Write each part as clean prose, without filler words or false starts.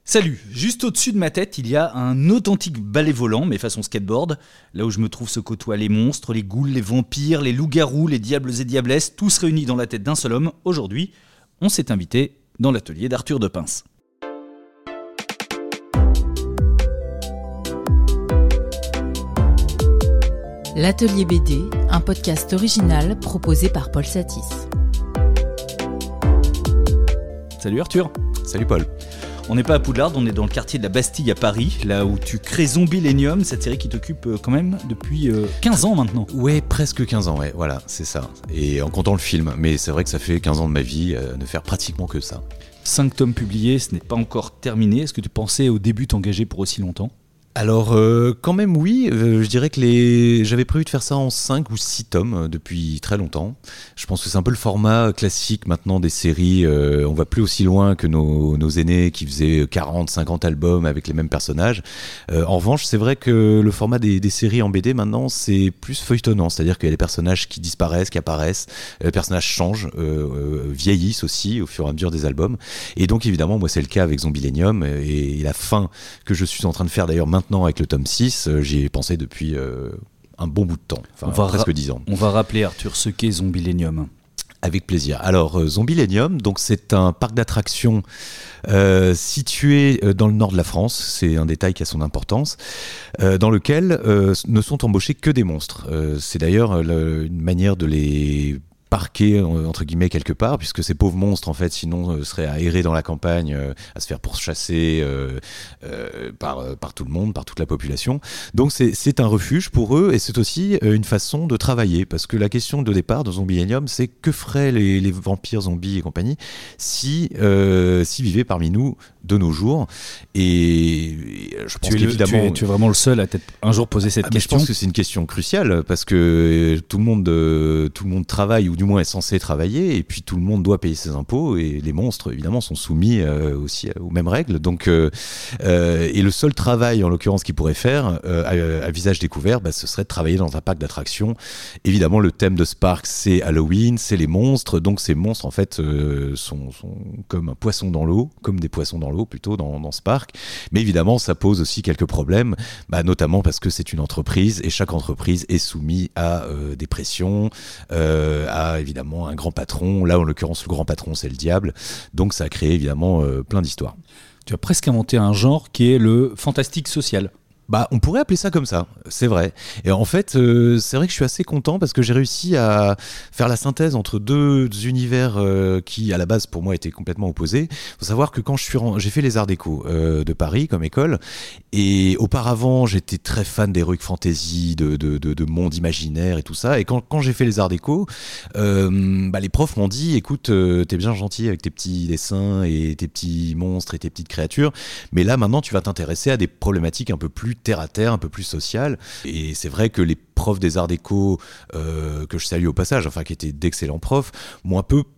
Salut, juste au-dessus de ma tête, il y a un authentique balai volant, mais façon skateboard. Là où je me trouve se côtoient les monstres, les ghouls, les vampires, les loups-garous, les diables et diablesses, tous réunis dans la tête d'un seul homme. Aujourd'hui, on s'est invité dans l'atelier d'Arthur de Pince. L'Atelier BD, un podcast original proposé par Paul Satis. Salut Arthur. Salut Paul. On n'est pas à Poudlard, on est dans le quartier de la Bastille à Paris, là où tu crées Zombielenium, cette série qui t'occupe quand même depuis 15 ans maintenant. Ouais, presque 15 ans, ouais, voilà, c'est ça. Et en comptant le film, mais c'est vrai que ça fait 15 ans de ma vie ne faire pratiquement que ça. 5 tomes publiés, ce n'est pas encore terminé. Est-ce que tu pensais au début t'engager pour aussi longtemps ? Alors, quand même oui, je dirais que j'avais prévu de faire ça en 5 ou 6 tomes depuis très longtemps. Je pense que c'est un peu le format classique maintenant des séries. On va plus aussi loin que nos aînés qui faisaient 40, 50 albums avec les mêmes personnages. En revanche, c'est vrai que le format des séries en BD maintenant, c'est plus feuilletonnant. C'est-à-dire qu'il y a des personnages qui disparaissent, qui apparaissent. Les personnages changent, vieillissent aussi au fur et à mesure des albums. Et donc évidemment, moi c'est le cas avec Zombielenium. Et la fin que je suis en train de faire d'ailleurs maintenant avec le tome 6, j'y ai pensé depuis un bon bout de temps, presque 10 ans. On va rappeler Arthur ce qu'est Zombielenium. Avec plaisir. Alors Zombielenium, donc c'est un parc d'attractions situé dans le nord de la France, c'est un détail qui a son importance, dans lequel ne sont embauchés que des monstres. C'est d'ailleurs une manière de les parqués entre guillemets quelque part, puisque ces pauvres monstres en fait sinon seraient à errer dans la campagne, à se faire pourchasser par tout le monde, par toute la population. Donc c'est un refuge pour eux, et c'est aussi une façon de travailler, parce que la question de départ de Zombielenium, c'est que feraient les vampires, zombies et compagnie s'ils vivaient parmi nous de nos jours. Et je pense qu'évidemment tu es vraiment le seul à peut-être un jour poser cette question. Je pense que c'est une question cruciale, parce que tout le monde travaille, ou du moins est censé travailler, et puis tout le monde doit payer ses impôts, et les monstres évidemment sont soumis aussi aux mêmes règles. Donc et le seul travail en l'occurrence qu'ils pourraient faire à visage découvert, ce serait de travailler dans un parc d'attractions. Évidemment le thème de ce parc c'est Halloween, c'est les monstres, donc ces monstres en fait sont comme un poisson dans l'eau, comme des poissons dans l'eau plutôt dans ce parc. Mais évidemment ça pose aussi quelques problèmes, notamment parce que c'est une entreprise, et chaque entreprise est soumise à des pressions, à évidemment un grand patron. Là en l'occurrence le grand patron c'est le diable, donc ça a créé évidemment plein d'histoires. Tu as presque inventé un genre qui est le fantastique social. On pourrait appeler ça comme ça, c'est vrai. Et en fait, c'est vrai que je suis assez content, parce que j'ai réussi à faire la synthèse entre deux univers qui, à la base, pour moi, étaient complètement opposés. Il faut savoir que quand j'ai fait les Arts Déco de Paris comme école, et auparavant, j'étais très fan d'heroic fantasy, de monde imaginaire et tout ça. Et quand j'ai fait les Arts Déco, les profs m'ont dit, écoute, t'es bien gentil avec tes petits dessins et tes petits monstres et tes petites créatures, mais là, maintenant, tu vas t'intéresser à des problématiques un peu plus terre à terre, un peu plus social. Et c'est vrai que les profs des Arts Déco, que je salue au passage, qui étaient d'excellents profs, m'ont un peu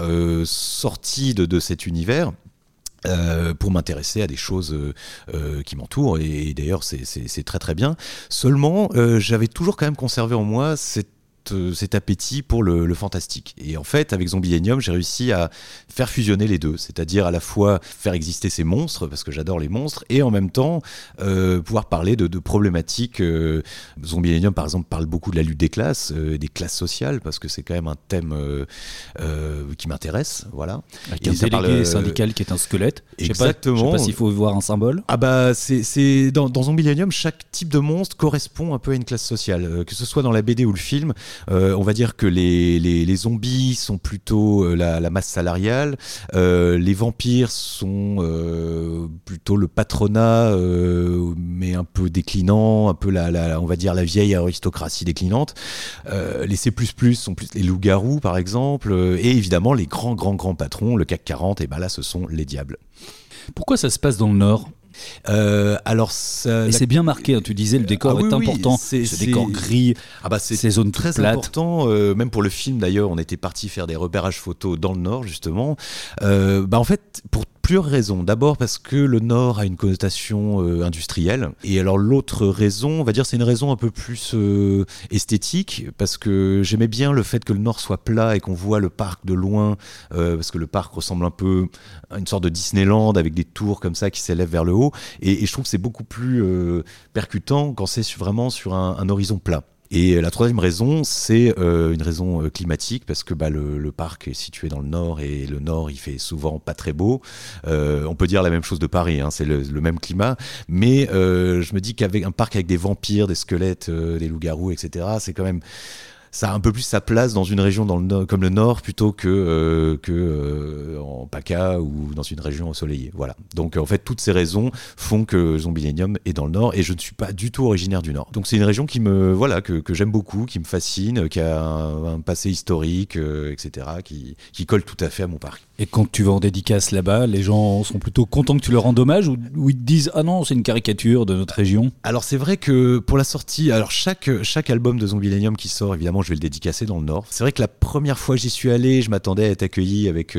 sorti de cet univers pour m'intéresser à des choses qui m'entourent, et d'ailleurs c'est très très bien. Seulement j'avais toujours quand même conservé en moi cet appétit pour le fantastique. Et en fait, avec Zombielenium, j'ai réussi à faire fusionner les deux, c'est-à-dire à la fois faire exister ces monstres, parce que j'adore les monstres, et en même temps pouvoir parler de problématiques. Zombielenium, par exemple, parle beaucoup de la lutte des classes sociales, parce que c'est quand même un thème qui m'intéresse, voilà. Avec un délégué syndical qui est un squelette. Exactement. Je sais pas s'il faut voir un symbole. C'est dans Zombielenium, chaque type de monstre correspond un peu à une classe sociale, que ce soit dans la BD ou le film. On va dire que les zombies sont plutôt la masse salariale, les vampires sont plutôt le patronat, mais un peu déclinant, un peu on va dire la vieille aristocratie déclinante. Les C++ sont plus les loups-garous par exemple, et évidemment les grands patrons, le CAC 40, et là ce sont les diables. Pourquoi ça se passe dans le Nord ? C'est bien marqué, tu disais le décor est important, ce décor gris, ces zones très plates. important, même pour le film d'ailleurs, on était parti faire des repérages photos dans le Nord justement. En fait, pour Plusieurs raisons. D'abord parce que le Nord a une connotation industrielle. Et alors l'autre raison, on va dire, c'est une raison un peu plus esthétique, parce que j'aimais bien le fait que le Nord soit plat et qu'on voit le parc de loin, parce que le parc ressemble un peu à une sorte de Disneyland avec des tours comme ça qui s'élèvent vers le haut. Et je trouve que c'est beaucoup plus percutant quand c'est vraiment sur un horizon plat. Et la troisième raison, c'est une raison climatique, parce que le parc est situé dans le nord, et le nord, il fait souvent pas très beau. On peut dire la même chose de Paris, c'est le même climat, mais je me dis qu'avec un parc avec des vampires, des squelettes, des loups-garous, etc., c'est quand même... Ça a un peu plus sa place dans une région comme le Nord, plutôt que en PACA ou dans une région ensoleillée. Voilà. Donc en fait, toutes ces raisons font que Zombillenium est dans le Nord, et je ne suis pas du tout originaire du Nord. Donc c'est une région que j'aime beaucoup, qui me fascine, qui a un passé historique, etc., qui colle tout à fait à mon parc. Et quand tu vas en dédicace là-bas, les gens sont plutôt contents que tu leur rendes hommage, ou ils te disent « Ah non, c'est une caricature de notre région ». Alors c'est vrai que pour la sortie, alors chaque album de Zombillenium qui sort, évidemment, je vais le dédicacer dans le Nord. C'est vrai que la première fois que j'y suis allé, je m'attendais à être accueilli avec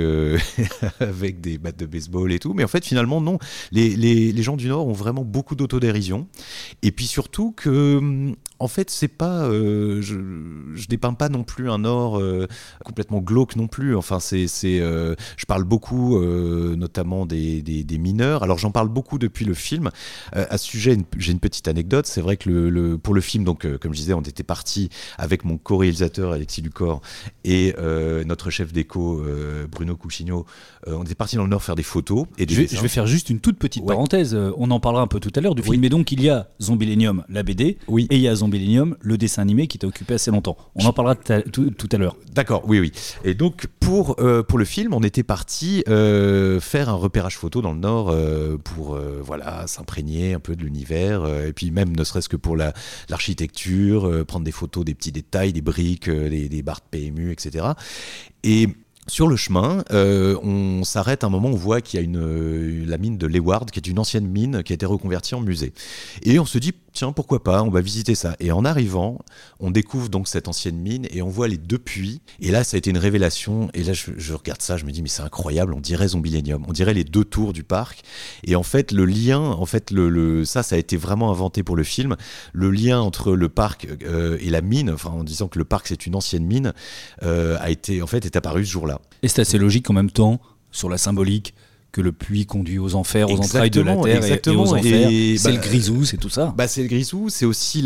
des battes de baseball et tout, mais en fait finalement non. Les gens du Nord ont vraiment beaucoup d'autodérision, et puis surtout que en fait c'est pas, je dépeins pas non plus un Nord complètement glauque non plus. Enfin je parle beaucoup notamment des mineurs. Alors j'en parle beaucoup depuis le film. À ce sujet, j'ai une petite anecdote. C'est vrai que pour le film, donc comme je disais, on était parti avec mon co-réalisateur Alexis Ducor et notre chef déco Bruno Cousignot. On était parti dans le Nord faire des photos et des dessins. Je vais faire juste une toute petite parenthèse. On en parlera un peu tout à l'heure du film. Mais donc il y a Zombillenium, la BD, et il y a Zombillenium, le dessin animé qui t'a occupé assez longtemps. On en parlera tout à l'heure. D'accord, oui. Et donc pour le film, on était parti faire un repérage photo dans le Nord pour s'imprégner un peu de l'univers, et puis même ne serait-ce que pour l'architecture, prendre des photos des petits détails, des briques, des barres de PMU, etc. Et sur le chemin, on s'arrête un moment, on voit qu'il y a la mine de Leeward, qui est une ancienne mine qui a été reconvertie en musée. Et on se dit, tiens, pourquoi pas, on va visiter ça. Et en arrivant, on découvre donc cette ancienne mine, et on voit les 2 puits. Et là, ça a été une révélation. Et là, je regarde ça, je me dis, mais c'est incroyable, on dirait Zombillenium, on dirait les 2 tours du parc. Et en fait, le lien, ça a été vraiment inventé pour le film. Le lien entre le parc et la mine, enfin, en disant que le parc c'est une ancienne mine, est apparu ce jour-là. Et c'est assez logique en même temps, sur la symbolique, que le puits conduit aux enfers, aux entrailles de la terre et aux enfers. C'est le grisou, c'est tout ça. C'est le grisou, c'est aussi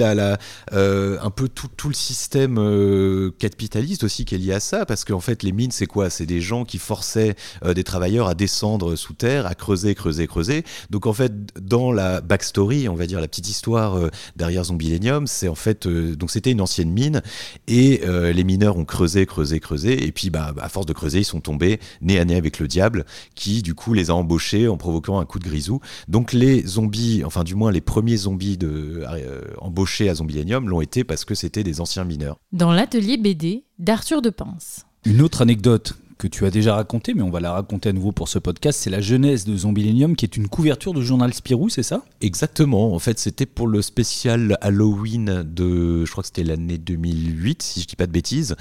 un peu tout le système capitaliste aussi qui est lié à ça, parce qu'en fait les mines c'est quoi ? C'est des gens qui forçaient des travailleurs à descendre sous terre, à creuser. Donc en fait dans la backstory, on va dire la petite histoire derrière Zombillenium, c'est en fait donc c'était une ancienne mine, et les mineurs ont creusé, et puis à force de creuser ils sont tombés nez à nez avec le diable, qui du coup les a embauchés en provoquant un coup de grisou. Donc les zombies, enfin du moins les premiers zombies embauchés à Zombillenium l'ont été parce que c'était des anciens mineurs. Dans l'atelier BD d'Arthur de Pince. Une autre anecdote que tu as déjà racontée, mais on va la raconter à nouveau pour ce podcast, c'est la genèse de Zombillenium, qui est une couverture de journal Spirou, c'est ça ? Exactement, en fait c'était pour le spécial Halloween je crois que c'était l'année 2008, si je dis pas de bêtises.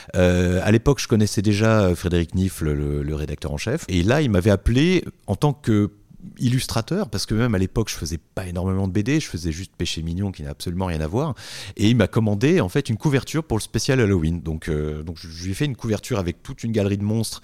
À l'époque je connaissais déjà Frédéric Niffle, le rédacteur en chef, et là il m'avait appelé en tant que illustrateur, parce que même à l'époque je faisais pas énormément de BD, je faisais juste Péché Mignon qui n'a absolument rien à voir, et il m'a commandé en fait une couverture pour le spécial Halloween. Donc je lui ai fait une couverture avec toute une galerie de monstres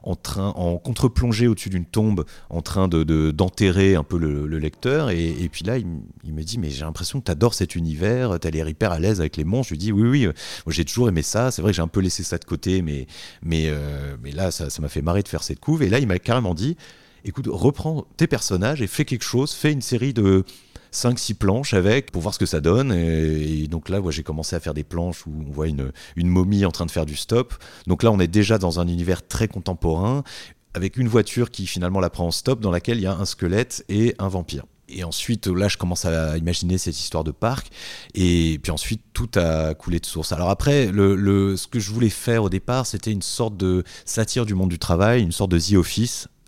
en contre-plongée au-dessus d'une tombe, en train d'enterrer un peu le lecteur, et puis là il me dit, mais j'ai l'impression que t'adores cet univers, t'as l'air hyper à l'aise avec les monstres. Je lui dis oui, moi j'ai toujours aimé ça, c'est vrai que j'ai un peu laissé ça de côté, mais là ça m'a fait marrer de faire cette couve. Et là il m'a carrément dit, écoute, reprends tes personnages et fais quelque chose, fais une série de 5-6 planches pour voir ce que ça donne. Et donc là, j'ai commencé à faire des planches où on voit une momie en train de faire du stop. Donc là, on est déjà dans un univers très contemporain, avec une voiture qui finalement la prend en stop, dans laquelle il y a un squelette et un vampire. Et ensuite, là, je commence à imaginer cette histoire de parc. Et puis ensuite, tout a coulé de source. Alors après, ce que je voulais faire au départ, c'était une sorte de satire du monde du travail, une sorte de The Office,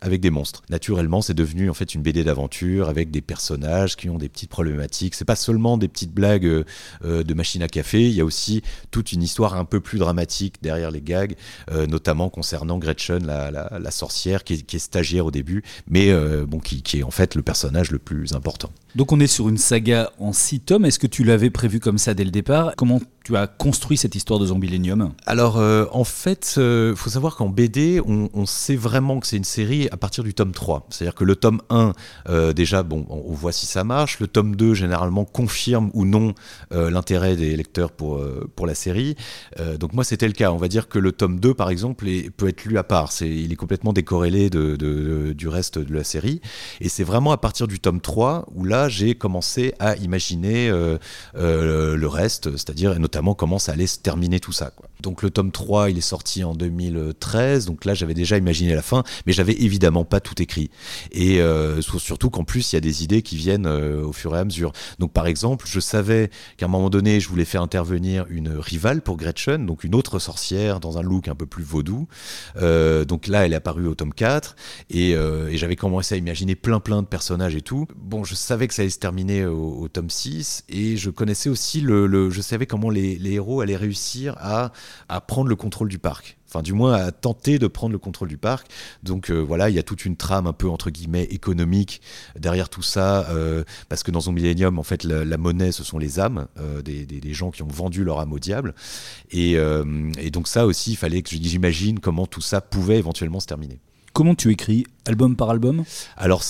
avec des monstres. Naturellement, c'est devenu en fait une BD d'aventure avec des personnages qui ont des petites problématiques. C'est pas seulement des petites blagues de machine à café, il y a aussi toute une histoire un peu plus dramatique derrière les gags, notamment concernant Gretchen, la sorcière qui est stagiaire au début, mais qui est en fait le personnage le plus important. Donc on est sur une saga en 6 tomes. Est-ce que tu l'avais prévu comme ça dès le départ ? Comment tu as construit cette histoire de Zombielenium ? Alors en fait, faut savoir qu'en BD, on sait vraiment que c'est une série à partir du tome 3. C'est-à-dire que le tome 1, déjà, on voit si ça marche. Le tome 2, généralement, confirme ou non l'intérêt des lecteurs pour la série. Donc moi, c'était le cas. On va dire que le tome 2, par exemple, peut être lu à part. Il est complètement décorrélé du reste de la série. Et c'est vraiment à partir du tome 3 où là, j'ai commencé à imaginer le reste, c'est-à-dire notamment comment ça allait se terminer tout ça, quoi. Donc le tome 3, il est sorti en 2013, donc là j'avais déjà imaginé la fin, mais j'avais évidemment pas tout écrit. Et surtout qu'en plus il y a des idées qui viennent au fur et à mesure. Donc par exemple, je savais qu'à un moment donné, je voulais faire intervenir une rivale pour Gretchen, donc une autre sorcière dans un look un peu plus vaudou. Donc là, elle est apparue au tome 4, et j'avais commencé à imaginer plein de personnages et tout. Bon, je savais que ça allait se terminer au tome 6, et je connaissais aussi je savais comment les héros allaient réussir à prendre le contrôle du parc. Enfin, du moins à tenter de prendre le contrôle du parc. Donc voilà, il y a toute une trame un peu entre guillemets économique derrière tout ça, parce que dans Zombielenium, en fait, la monnaie, ce sont les âmes des gens qui ont vendu leur âme au diable. Et donc ça aussi, il fallait que j'imagine comment tout ça pouvait éventuellement se terminer. Comment tu écris, album par album ? Alors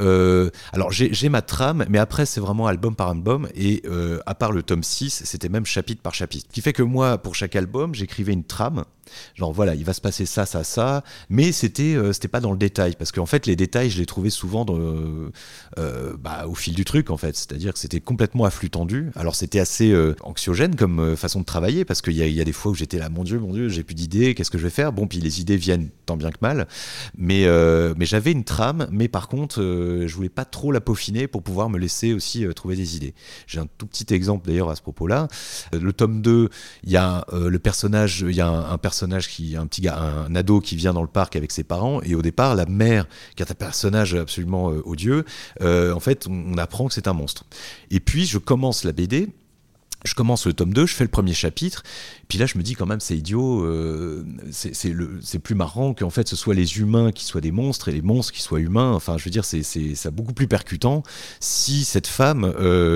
j'ai ma trame, mais après c'est vraiment album par album, et à part le tome 6, c'était même chapitre par chapitre. Ce qui fait que moi, pour chaque album, j'écrivais une trame. Genre voilà, il va se passer ça, mais c'était pas dans le détail, parce qu'en fait les détails je les trouvais souvent au fil du truc en fait, c'est-à-dire que c'était complètement à flux tendu. Alors c'était assez anxiogène comme façon de travailler, parce qu'il y a des fois où j'étais là, mon Dieu, j'ai plus d'idées, qu'est-ce que je vais faire ? Bon, puis les idées viennent tant bien que mal, mais j'avais une trame, mais par contre je voulais pas trop la peaufiner pour pouvoir me laisser aussi trouver des idées. J'ai un tout petit exemple d'ailleurs à ce propos-là. Le tome 2, il y a un personnage un ado qui vient dans le parc avec ses parents, et au départ la mère, qui est un personnage absolument odieux, en fait on apprend que c'est un monstre. Et puis je commence la BD, je commence le tome 2, je fais le premier chapitre, puis là je me dis quand même c'est idiot, c'est plus marrant qu'en fait ce soit les humains qui soient des monstres et les monstres qui soient humains. Enfin je veux dire, c'est beaucoup plus percutant si cette femme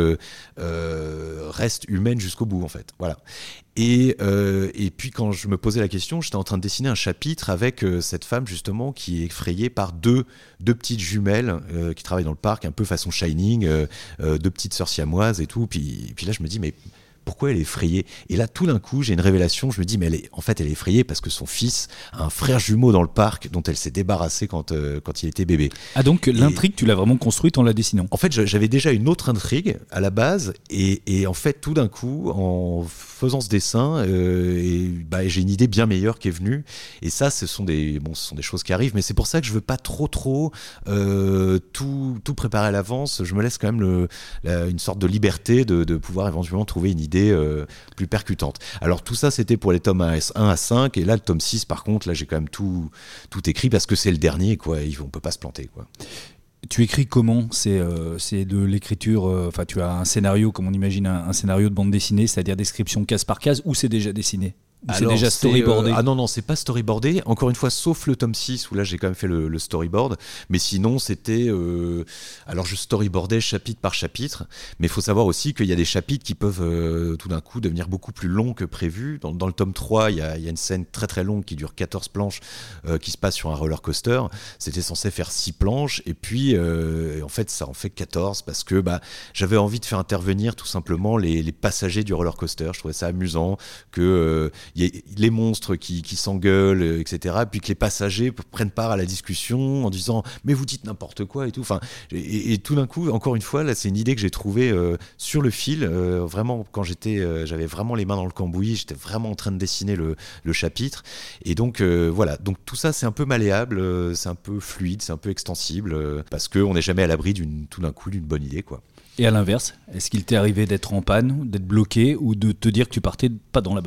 reste humaine jusqu'au bout en fait. Voilà. Et puis quand je me posais la question, j'étais en train de dessiner un chapitre avec cette femme justement qui est effrayée par deux petites jumelles qui travaillent dans le parc, un peu façon Shining, deux petites sœurs siamoises et tout. Puis là je me dis mais pourquoi elle est effrayée ? Et là, tout d'un coup, j'ai une révélation. Je me dis, mais elle est effrayée parce que son fils a un frère jumeau dans le parc dont elle s'est débarrassée quand il était bébé. Ah, donc l'intrigue, tu l'as vraiment construite en la dessinant ? En fait, j'avais déjà une autre intrigue à la base. Et en fait, tout d'un coup, en faisant ce dessin, j'ai une idée bien meilleure qui est venue. Et ça, ce sont des choses qui arrivent. Mais c'est pour ça que je veux pas trop tout préparer à l'avance. Je me laisse quand même une sorte de liberté de pouvoir éventuellement trouver une idée plus percutante. Alors tout ça c'était pour les tomes 1 à 5, et là le tome 6 par contre, là j'ai quand même tout écrit parce que c'est le dernier quoi, on peut pas se planter quoi. Tu écris comment ? C'est de l'écriture, tu as un scénario comme on imagine un scénario de bande dessinée, c'est-à-dire description case par case, ou c'est déjà dessiné ? C'est déjà storyboardé. Non, c'est pas storyboardé. Encore une fois, sauf le tome 6 où là j'ai quand même fait le storyboard. Mais sinon, c'était. Alors je storyboardais chapitre par chapitre. Mais il faut savoir aussi qu'il y a des chapitres qui peuvent tout d'un coup devenir beaucoup plus longs que prévu. Dans le tome 3, il y a une scène très très longue qui dure 14 planches qui se passe sur un roller coaster. C'était censé faire 6 planches. Et puis, en fait, ça en fait 14 parce que j'avais envie de faire intervenir tout simplement les passagers du roller coaster. Je trouvais ça amusant que. Il y a les monstres qui s'engueulent, etc. Puis que les passagers prennent part à la discussion en disant mais vous dites n'importe quoi et tout. Enfin, et tout d'un coup, encore une fois, là, c'est une idée que j'ai trouvée sur le fil. Vraiment, quand j'avais vraiment les mains dans le cambouis, j'étais vraiment en train de dessiner le chapitre. Et donc voilà. Donc tout ça, c'est un peu malléable, c'est un peu fluide, c'est un peu extensible, parce qu'on n'est jamais à l'abri tout d'un coup d'une bonne idée, quoi. Et à l'inverse, est-ce qu'il t'est arrivé d'être en panne, d'être bloqué, ou de te dire que tu partais pas dans la bonne direction ?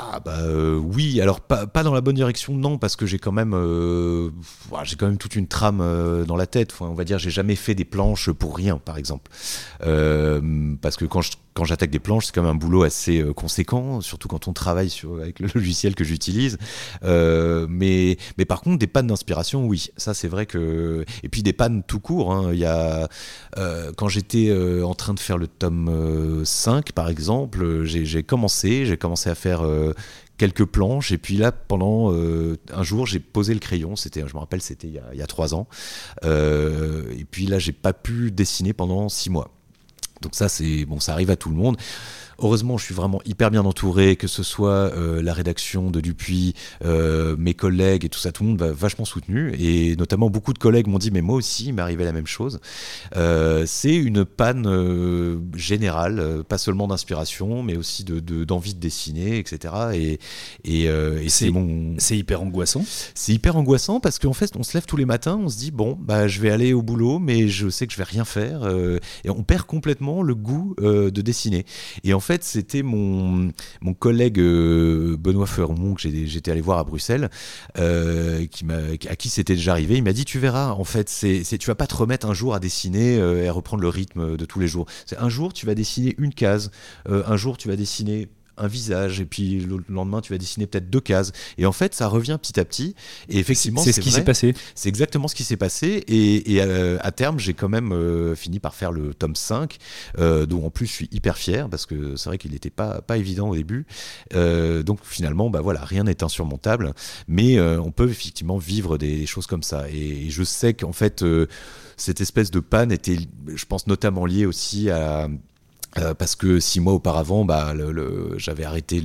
Oui, alors pas dans la bonne direction, non, parce que j'ai quand même toute une trame dans la tête. Enfin, on va dire, j'ai jamais fait des planches pour rien, par exemple, parce que quand j'attaque des planches, c'est quand même un boulot assez conséquent, surtout quand on travaille avec le logiciel que j'utilise. Mais par contre, des pannes d'inspiration, oui, ça c'est vrai que. Et puis des pannes tout court. Hein. Il y a quand j'étais en train de faire le tome 5, par exemple, j'ai commencé à faire quelques planches, et puis là pendant un jour j'ai posé le crayon, je me rappelle, c'était il y a 3 ans, et puis là j'ai pas pu dessiner pendant 6 mois. Donc ça ça arrive à tout le monde. Heureusement, je suis vraiment hyper bien entouré, que ce soit la rédaction de Dupuis, mes collègues et tout ça, tout le monde m'a vachement soutenu, et notamment beaucoup de collègues m'ont dit mais moi aussi il m'est arrivé la même chose. C'est une panne générale, pas seulement d'inspiration, mais aussi d'envie de dessiner, etc. Et c'est hyper angoissant. C'est hyper angoissant parce qu'en fait on se lève tous les matins, on se dit bon je vais aller au boulot, mais je sais que je vais rien faire, et on perd complètement le goût de dessiner. Et en fait, c'était mon collègue Benoît Fermont, que j'étais allé voir à Bruxelles, à qui c'était déjà arrivé. Il m'a dit, tu verras, en fait, tu vas pas te remettre un jour à dessiner et à reprendre le rythme de tous les jours. Un jour, tu vas dessiner une case, un jour, tu vas dessiner un visage, et puis le lendemain tu vas dessiner peut-être 2 cases, et en fait ça revient petit à petit, et effectivement c'est ce qui s'est passé. C'est exactement ce qui s'est passé, et à terme j'ai quand même fini par faire le tome 5, dont en plus je suis hyper fier, parce que c'est vrai qu'il n'était pas évident au début, donc finalement rien n'est insurmontable, mais on peut effectivement vivre des choses comme ça, et je sais qu'en fait cette espèce de panne était, je pense, notamment liée aussi à parce que 6 mois auparavant, j'avais arrêté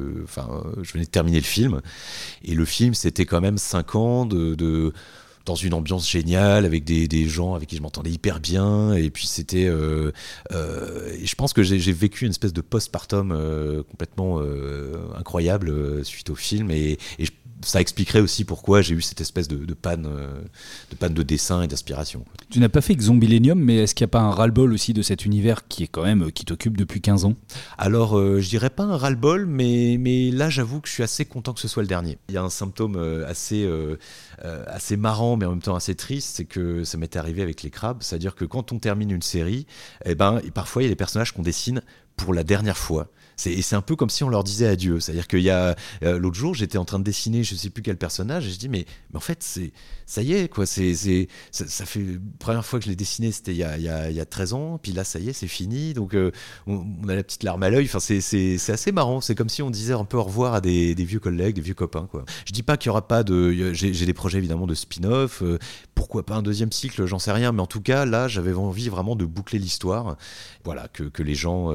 je venais de terminer le film, et le film c'était quand même 5 ans dans une ambiance géniale, avec des gens avec qui je m'entendais hyper bien, et puis c'était et je pense que j'ai vécu une espèce de postpartum complètement incroyable suite au film, et ça expliquerait aussi pourquoi j'ai eu cette espèce de panne de dessin et d'inspiration. Tu n'as pas fait que Zombilenium, mais est-ce qu'il n'y a pas un ras-le-bol aussi de cet univers qui t'occupe depuis 15 ans ? Alors, je dirais pas un ras-le-bol, mais là, j'avoue que je suis assez content que ce soit le dernier. Il y a un symptôme assez marrant, mais en même temps assez triste, c'est que ça m'était arrivé avec les crabes. C'est-à-dire que quand on termine une série, parfois, il y a des personnages qu'on dessine pour la dernière fois. C'est un peu comme si on leur disait adieu. C'est-à-dire qu'il y a l'autre jour, j'étais en train de dessiner, je sais plus quel personnage, et je dis mais en fait ça y est quoi. Ça fait la première fois que je l'ai dessiné, c'était il y a 13 ans, puis là ça y est, c'est fini. Donc on a la petite larme à l'œil. Enfin c'est assez marrant. C'est comme si on disait un peu au revoir à des vieux collègues, des vieux copains quoi. Je dis pas qu'il y aura pas j'ai des projets évidemment de spin-off. Pourquoi pas un 2e cycle, j'en sais rien. Mais en tout cas là, j'avais envie vraiment de boucler l'histoire. Voilà, que les gens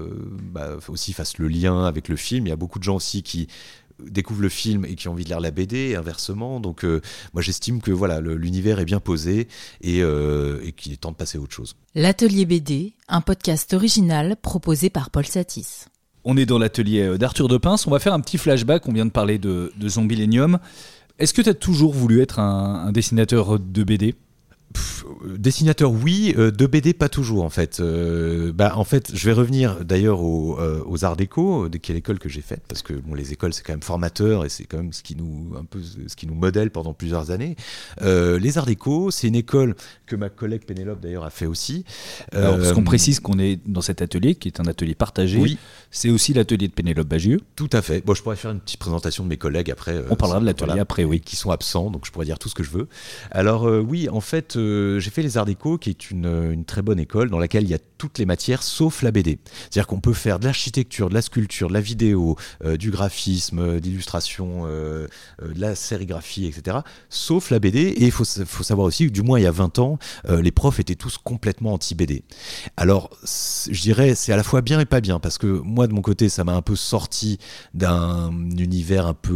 aussi fassent le lien avec le film. Il y a beaucoup de gens aussi qui découvrent le film et qui ont envie de lire la BD, et inversement. Donc moi j'estime que l'univers est bien posé, et qu'il est temps de passer à autre chose. L'Atelier BD, un podcast original proposé par Paul Satis. On est dans l'atelier d'Arthur de Pince. On va faire un petit flashback. On vient de parler de Zombilenium. Est-ce que tu as toujours voulu être un dessinateur de BD ? Dessinateur oui, de BD pas toujours en fait. En fait, je vais revenir d'ailleurs aux arts déco, qui est l'école que j'ai faite, parce que les écoles c'est quand même formateur, et c'est quand même ce qui nous modèle pendant plusieurs années. Les arts déco, c'est une école que ma collègue Pénélope d'ailleurs a fait aussi. Alors, ce qu'on précise, qu'on est dans cet atelier qui est un atelier partagé. Oui. C'est aussi l'atelier de Pénélope Bagieux. Tout à fait. Bon, je pourrais faire une petite présentation de mes collègues après. On parlera de l'atelier après, oui. Qui sont absents, donc je pourrais dire tout ce que je veux. Alors oui, en fait, j'ai fait les arts déco, qui est une très bonne école dans laquelle il y a toutes les matières sauf la BD. C'est-à-dire qu'on peut faire de l'architecture, de la sculpture, de la vidéo, du graphisme, d'illustration, de la sérigraphie, etc. sauf la BD. Et il faut savoir aussi que du moins il y a 20 ans, les profs étaient tous complètement anti-BD. Alors je dirais c'est à la fois bien et pas bien, parce que moi de mon côté ça m'a un peu sorti d'un univers un peu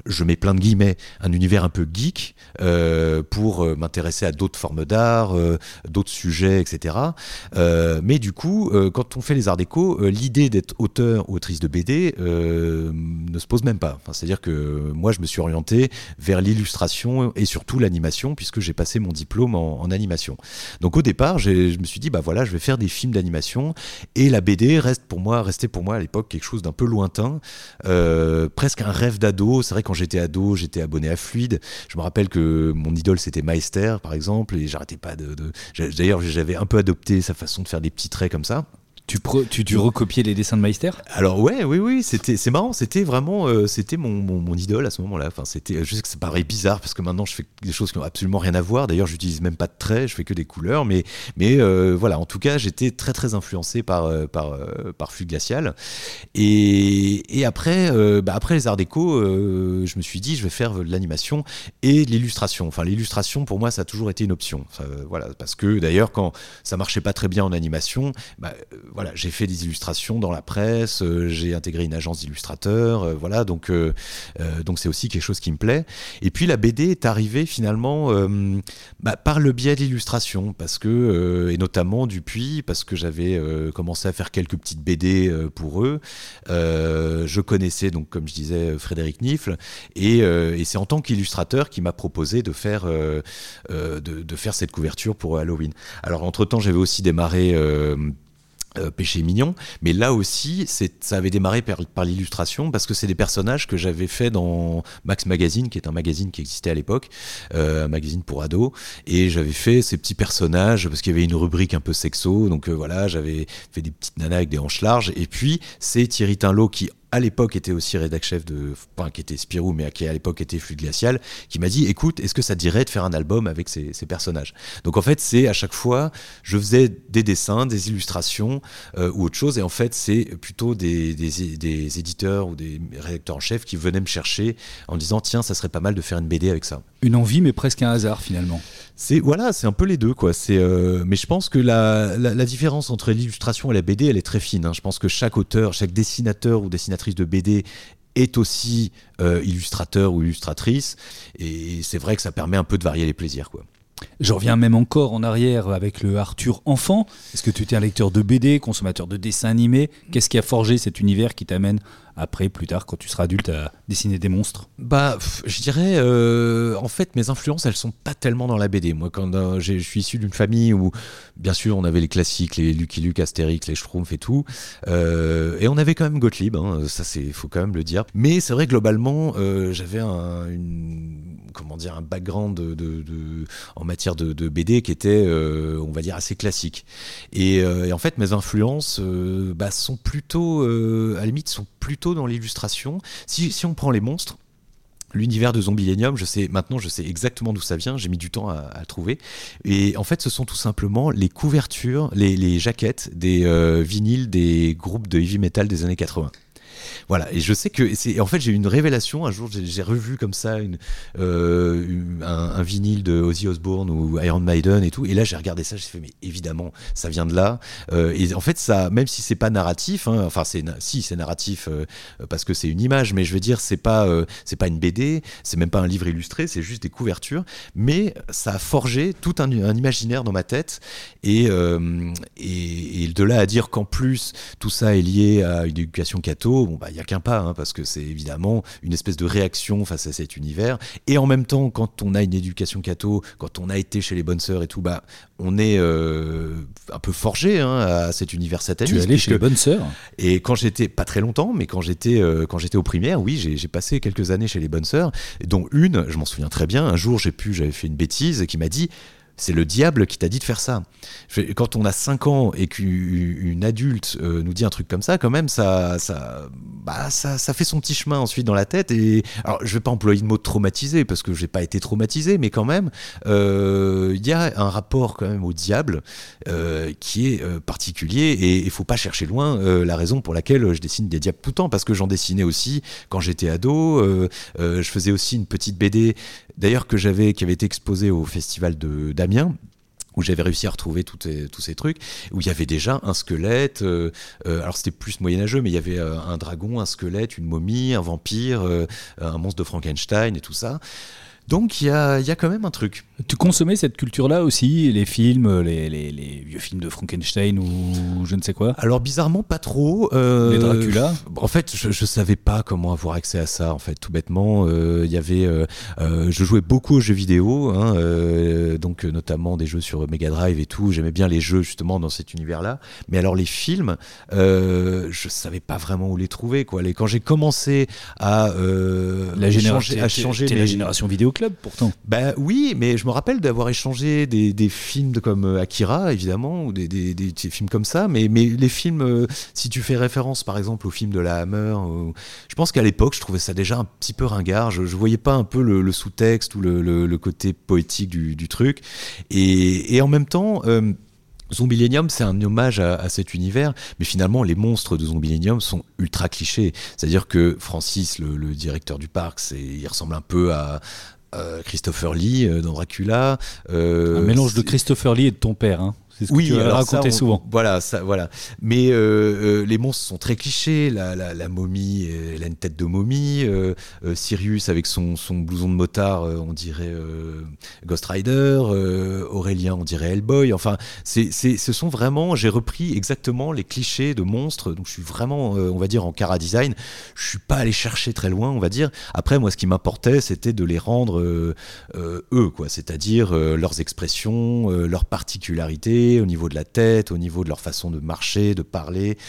je mets plein de guillemets, un univers un peu geek pour m'intéresser à d'autres formes d'art, d'autres sujets, etc. Mais du coup, quand on fait les arts déco, l'idée d'être auteur ou autrice de BD ne se pose même pas. Enfin, c'est-à-dire que moi, je me suis orienté vers l'illustration et surtout l'animation, puisque j'ai passé mon diplôme en animation. Donc au départ, je me suis dit, bah voilà, je vais faire des films d'animation, et la BD restait pour moi à l'époque quelque chose d'un peu lointain, presque un rêve d'ado. C'est vrai, quand j'étais ado, j'étais abonné à Fluide. Je me rappelle que mon idole, c'était Meister, par exemple, et j'arrêtais pas D'ailleurs, j'avais un peu adopté sa façon de faire des petits traits comme ça. Tu recopiais les dessins de Meister ? Alors oui, c'est marrant, c'était vraiment c'était mon idole à ce moment-là. Enfin, c'était, je sais que ça paraît bizarre parce que maintenant je fais des choses qui n'ont absolument rien à voir. D'ailleurs, j'utilise même pas de traits, je fais que des couleurs, mais voilà, en tout cas, j'étais très très influencé par Fluide Glacial. Et après les arts déco, je me suis dit, je vais faire de l'animation et de l'illustration. Enfin, l'illustration pour moi, ça a toujours été une option. Enfin, voilà, parce que d'ailleurs, quand ça marchait pas très bien en animation, voilà, j'ai fait des illustrations dans la presse, j'ai intégré une agence d'illustrateurs, voilà, donc c'est aussi quelque chose qui me plaît. Et puis la BD est arrivée finalement par le biais de l'illustration, parce que et notamment Dupuis, parce que j'avais commencé à faire quelques petites BD pour eux. Je connaissais donc, comme je disais, Frédéric Nifle, et c'est en tant qu'illustrateur qu'il m'a proposé de faire cette couverture pour Halloween. Alors entre-temps, j'avais aussi démarré Péché mignon, mais là aussi ça avait démarré par l'illustration, parce que c'est des personnages que j'avais fait dans Max Magazine, qui est un magazine qui existait à l'époque, un magazine pour ados, et j'avais fait ces petits personnages parce qu'il y avait une rubrique un peu sexo, donc voilà, j'avais fait des petites nanas avec des hanches larges. Et puis c'est Thierry Tinlot, qui à l'époque était aussi rédac-chef qui était Spirou, mais qui à l'époque était Fluide Glacial, qui m'a dit, écoute, est-ce que ça te dirait de faire un album avec ces personnages ? Donc en fait, c'est à chaque fois, je faisais des dessins, des illustrations ou autre chose, et en fait, c'est plutôt des éditeurs ou des rédacteurs en chef qui venaient me chercher en disant, tiens, ça serait pas mal de faire une BD avec ça. Une envie, mais presque un hasard finalement. C'est un peu les deux, quoi. Mais je pense que la différence entre l'illustration et la BD, elle est très fine, hein. Je pense que chaque auteur, chaque dessinateur ou dessinatrice de BD est aussi illustrateur ou illustratrice, et c'est vrai que ça permet un peu de varier les plaisirs, quoi. Je reviens même encore en arrière avec le Arthur enfant. Est-ce que tu étais un lecteur de BD, consommateur de dessins animés ? Qu'est-ce qui a forgé cet univers qui t'amène après, plus tard, quand tu seras adulte, à dessiner des monstres ? Je dirais, en fait, mes influences, elles sont pas tellement dans la BD. Moi, quand je suis issu d'une famille où, bien sûr, on avait les classiques, les Lucky Luke, Astérix, les Schtroumpfs et tout, et on avait quand même Gottlieb, hein, ça, faut quand même le dire. Mais c'est vrai, globalement, j'avais un background en matière de BD qui était, on va dire, assez classique. Et en fait, mes influences sont plutôt, à la limite, sont plutôt dans l'illustration. Si on prend les monstres, l'univers de Zombielenium, je sais exactement d'où ça vient, j'ai mis du temps à le trouver. Et en fait, ce sont tout simplement les couvertures, les jaquettes des vinyles des groupes de heavy metal des années 80. Voilà, et je sais que en fait, j'ai eu une révélation un jour. J'ai revu comme ça un vinyle de Ozzy Osbourne ou Iron Maiden et tout, et là j'ai regardé ça, j'ai fait, mais évidemment ça vient de là. Et en fait, ça, même si c'est pas narratif, hein, enfin c'est narratif parce que c'est une image, mais je veux dire, c'est pas une BD, c'est même pas un livre illustré, c'est juste des couvertures, mais ça a forgé tout un imaginaire dans ma tête, et de là à dire qu'en plus tout ça est lié à une éducation catho, il n'y a qu'un pas, hein, parce que c'est évidemment une espèce de réaction face à cet univers. Et en même temps, quand on a une éducation catho, quand on a été chez les bonnes sœurs et tout, on est un peu forgé, hein, à cet univers sataniste. Tu es allé chez les bonnes sœurs ? Et quand j'étais, pas très longtemps, mais quand j'étais au primaire, oui, j'ai passé quelques années chez les bonnes sœurs, dont une, je m'en souviens très bien, un jour j'avais fait une bêtise qui m'a dit, c'est le diable qui t'a dit de faire ça. Quand on a 5 ans et qu'une adulte nous dit un truc comme ça, quand même, ça fait son petit chemin ensuite dans la tête. Et alors, je vais pas employer le mot traumatisé parce que j'ai pas été traumatisé, mais quand même, il y a un rapport quand même au diable qui est particulier, et il faut pas chercher loin la raison pour laquelle je dessine des diables tout le temps, parce que j'en dessinais aussi quand j'étais ado. Je faisais aussi une petite BD, d'ailleurs, qui avait été exposée au festival d'Amiens, où j'avais réussi à retrouver tous ces trucs, où il y avait déjà un squelette, alors c'était plus moyenâgeux, mais il y avait un dragon, un squelette, une momie, un vampire, un monstre de Frankenstein et tout ça. Donc il y a quand même un truc. Tu consommais cette culture-là aussi, les films, les vieux films de Frankenstein ou je ne sais quoi? Alors bizarrement pas trop. Les Dracula? En fait, je savais pas comment avoir accès à ça. En fait, tout bêtement, il y avait. Je jouais beaucoup aux jeux vidéo, hein, donc notamment des jeux sur Mega Drive et tout. J'aimais bien les jeux justement dans cet univers-là. Mais alors les films, je savais pas vraiment où les trouver, quoi. Quand j'ai commencé à changer la génération vidéo club pourtant. Bah oui, mais je me rappelle d'avoir échangé des films comme Akira évidemment, ou des films comme ça, mais les films, si tu fais référence par exemple au film de la Hammer, je pense qu'à l'époque je trouvais ça déjà un petit peu ringard, je voyais pas un peu le sous-texte ou le côté poétique du truc, et en même temps Zombilenium, c'est un hommage à cet univers, mais finalement les monstres de Zombilenium sont ultra clichés. C'est-à-dire que Francis, le directeur du parc, il ressemble un peu à Christopher Lee dans Dracula. Un mélange de Christopher Lee et de ton père, hein. C'est ce que tu as raconté souvent. Voilà. Mais les monstres sont très clichés. La momie, elle a une tête de momie. Sirius avec son blouson de motard, on dirait Ghost Rider. Aurélien, on dirait Hellboy. Enfin, ce sont vraiment. J'ai repris exactement les clichés de monstres. Donc, je suis vraiment, on va dire, en chara design. Je suis pas allé chercher très loin, on va dire. Après, moi, ce qui m'importait, c'était de les rendre eux, quoi. C'est-à-dire leurs expressions, leurs particularités. Au niveau de la tête, au niveau de leur façon de marcher, de parler,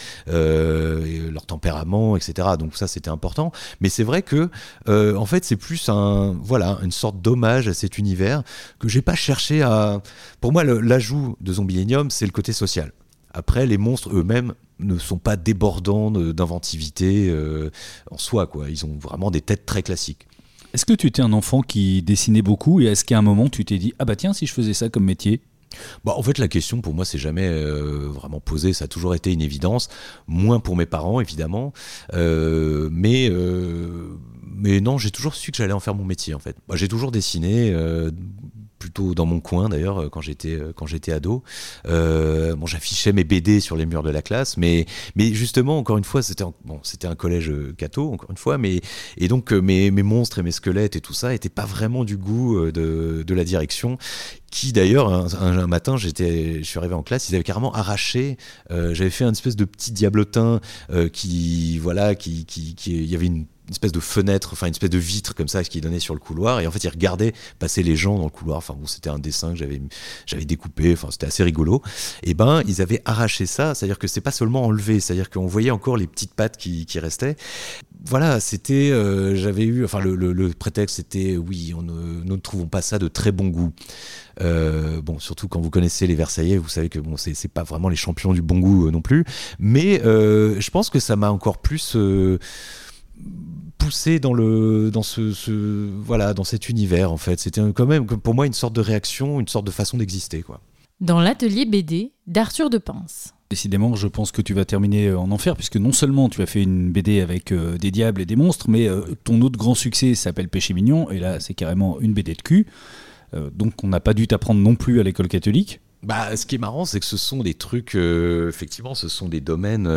leur tempérament, etc. Donc ça, c'était important. Mais c'est vrai que, en fait, c'est plus une sorte d'hommage à cet univers que j'ai pas cherché à. Pour moi, l'ajout de Zombilenium, c'est le côté social. Après, les monstres eux-mêmes ne sont pas débordants d'inventivité en soi, quoi. Ils ont vraiment des têtes très classiques. Est-ce que tu étais un enfant qui dessinait beaucoup et est-ce qu'à un moment tu t'es dit « Ah bah tiens, si je faisais ça comme métier ?» En fait, la question pour moi s'est jamais vraiment posée. Ça a toujours été une évidence, moins pour mes parents évidemment, mais non, j'ai toujours su que j'allais en faire mon métier en fait. J'ai toujours dessiné. Plutôt dans mon coin d'ailleurs quand j'étais ado. J'affichais mes BD sur les murs de la classe, mais justement encore une fois c'était un collège catho encore une fois, et donc mes monstres et mes squelettes et tout ça étaient pas vraiment du goût de la direction. Qui d'ailleurs un matin je suis arrivé en classe, ils avaient carrément arraché. J'avais fait une espèce de petit diablotin il y avait une espèce de fenêtre, enfin une espèce de vitre comme ça qui donnait sur le couloir, et en fait ils regardaient passer les gens dans le couloir. Enfin bon, c'était un dessin que j'avais découpé, enfin c'était assez rigolo. Et ils avaient arraché ça, c'est-à-dire que c'est pas seulement enlevé, c'est-à-dire qu'on voyait encore les petites pattes qui restaient. Voilà, c'était j'avais eu, enfin le prétexte c'était oui, nous ne trouvons pas ça de très bon goût. Surtout quand vous connaissez les Versaillais, vous savez que c'est pas vraiment les champions du bon goût non plus, mais je pense que ça m'a encore plus poussé dans cet univers en fait. C'était quand même pour moi une sorte de réaction, une sorte de façon d'exister, quoi. Dans l'atelier BD d'Arthur de Pince. Décidément, je pense que tu vas terminer en enfer, puisque non seulement tu as fait une BD avec des diables et des monstres, mais ton autre grand succès s'appelle Péché Mignon, et là c'est carrément une BD de cul. Donc on n'a pas dû t'apprendre non plus à l'école catholique. Ce qui est marrant, c'est que ce sont des trucs, effectivement, ce sont des domaines.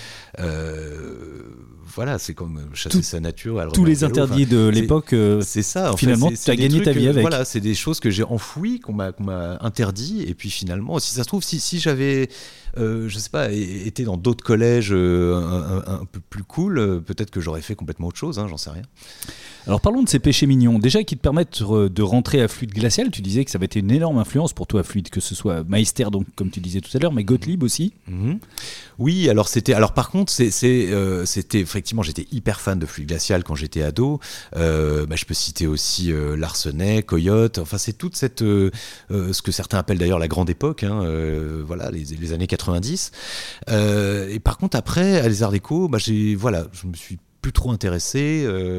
C'est comme chasser sa nature. Tous les interdits de l'époque, c'est ça. Finalement, tu as gagné ta vie avec. Voilà, c'est des choses que j'ai enfouies, qu'on m'a interdit. Et puis finalement, si ça se trouve, si j'avais, je sais pas, été dans d'autres collèges un peu plus cool, peut-être que j'aurais fait complètement autre chose, hein, j'en sais rien. Alors parlons de ces péchés mignons, déjà qui te permettent de rentrer à Fluide Glacial. Tu disais que ça avait été une énorme influence pour toi, Fluide, que ce soit Meister, donc comme tu disais tout à l'heure, mais Gottlieb aussi. Mm-hmm. Oui, alors par contre c'était effectivement, j'étais hyper fan de Fluide Glacial quand j'étais ado. Je peux citer aussi Larsenet, Coyote, enfin c'est toute cette ce que certains appellent d'ailleurs la grande époque, hein, les années 90. Et par contre après à Les Arts Déco, je me suis plus trop intéressé,